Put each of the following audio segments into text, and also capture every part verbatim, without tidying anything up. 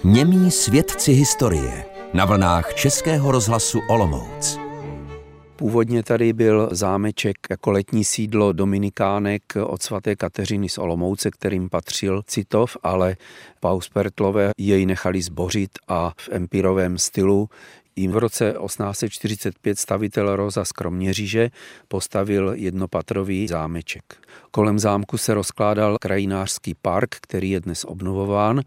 Němí svědci historie na vlnách Českého rozhlasu Olomouc. Původně tady byl zámeček jako letní sídlo dominikánek od svaté Kateřiny z Olomouce, kterým patřil Citov, ale Pauspertlové jej nechali zbořit a v empírovém stylu jim v roce osmnáct set čtyřicet pět stavitel Roza z Kroměříže postavil jednopatrový zámeček. Kolem zámku se rozkládal krajinářský park, který je dnes obnovován,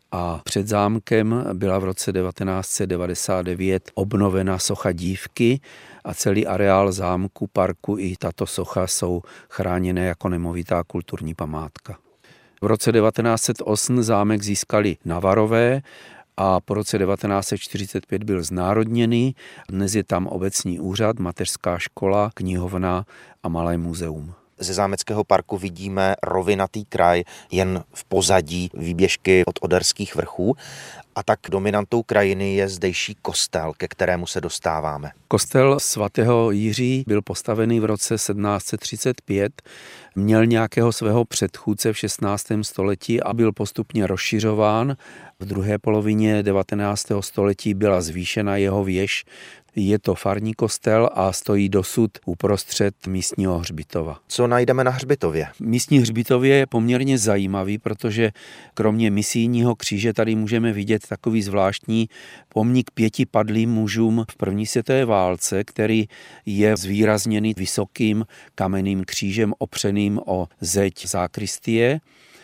a před zámkem byla v roce devatenáct set devadesát devět obnovena socha dívky a celý areál zámku, parku i tato socha jsou chráněné jako nemovitá kulturní památka. V roce devatenáct set osm zámek získali Navarové a po roce devatenáct set čtyřicet pět byl znárodněný. Dnes je tam obecní úřad, mateřská škola, knihovna a malé muzeum. Ze zámeckého parku vidíme rovinatý kraj, jen v pozadí výběžky od Oderských vrchů. A tak dominantou krajiny je zdejší kostel, ke kterému se dostáváme. Kostel svatého Jiří byl postavený v roce sedmnáct set třicet pět, měl nějakého svého předchůdce v šestnáctém století a byl postupně rozšiřován. V druhé polovině devatenáctého století byla zvýšena jeho věž. Je to farní kostel a stojí dosud uprostřed místního hřbitova. Co najdeme na hřbitově? Místní hřbitov je poměrně zajímavý, protože kromě misijního kříže tady můžeme vidět takový zvláštní pomník pěti padlým mužům v první světové válce, který je zvýrazněný vysokým kamenným křížem opřeným o zeď zákristie.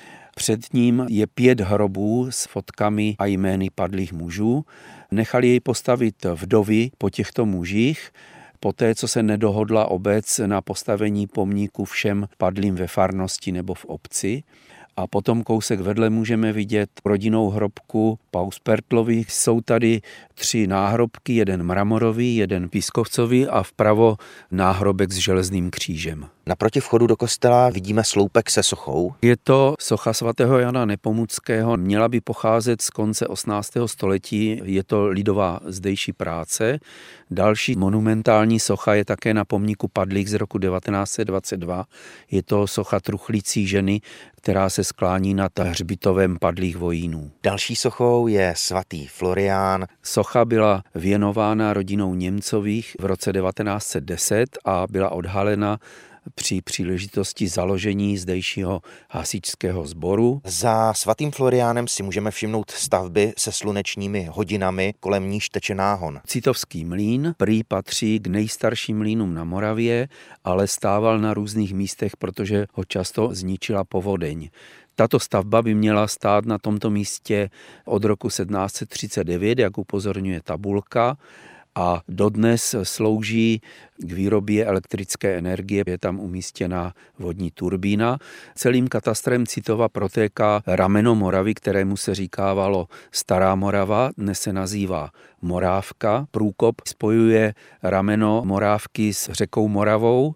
Před ním je pět hrobů s fotkami a jmény padlých mužů. Nechali jej postavit vdovy po těchto mužích, poté co se nedohodla obec na postavení pomníku všem padlým ve farnosti nebo v obci. A potom kousek vedle můžeme vidět rodinnou hrobku Pauspertlových. Jsou tady tři náhrobky, jeden mramorový, jeden pískovcový a vpravo náhrobek s železným křížem. Naproti vchodu do kostela vidíme sloupek se sochou. Je to socha svatého Jana Nepomuckého, měla by pocházet z konce osmnáctého století, je to lidová zdejší práce. Další monumentální socha je také na pomníku padlých z roku devatenáct set dvacet dva. Je to socha truchlící ženy, která se sklání nad hřbitovem padlých vojínů. Další sochou je svatý Florián. Socha byla věnována rodinou Němcových v roce devatenáct set deset a byla odhalena při příležitosti založení zdejšího hasičského sboru. Za svatým Floriánem si můžeme všimnout stavby se slunečními hodinami, kolem níž teče náhon. Citovský mlýn prý patří k nejstarším mlýnům na Moravě, ale stával na různých místech, protože ho často zničila povodeň. Tato stavba by měla stát na tomto místě od roku sedmnáct set třicet devět, jak upozorňuje tabulka, a dodnes slouží k výrobě elektrické energie. Je tam umístěna vodní turbína. Celým katastrem Citova protéká rameno Moravy, kterému se říkávalo Stará Morava, dnes se nazývá Morávka. Průkop spojuje rameno Morávky s řekou Moravou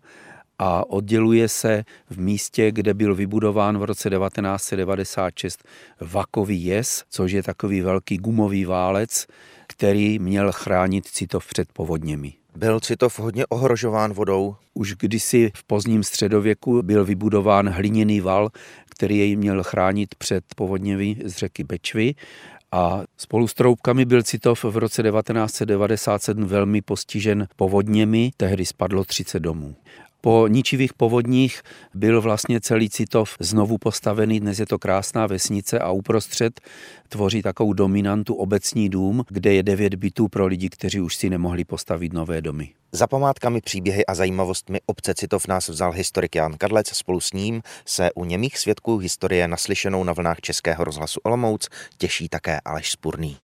a odděluje se v místě, kde byl vybudován v roce devatenáct set devadesát šest vakový jez, což je takový velký gumový válec, který měl chránit Citov před povodněmi. Byl Citov hodně ohrožován vodou? Už kdysi v pozdním středověku byl vybudován hliněný val, který jej měl chránit před povodněmi z řeky Bečvy. A spolu s Troubkami byl Citov v roce devatenáct set devadesát sedm velmi postižen povodněmi, tehdy spadlo třicet domů. Po ničivých povodních byl vlastně celý Citov znovu postavený, dnes je to krásná vesnice a uprostřed tvoří takovou dominantu obecní dům, kde je devět bytů pro lidi, kteří už si nemohli postavit nové domy. Za památkami, příběhy a zajímavostmi obce Citov nás vzal historik Jan Kadlec, spolu s ním se u němých svědků historie naslyšenou na vlnách Českého rozhlasu Olomouc těší také Aleš Spurný.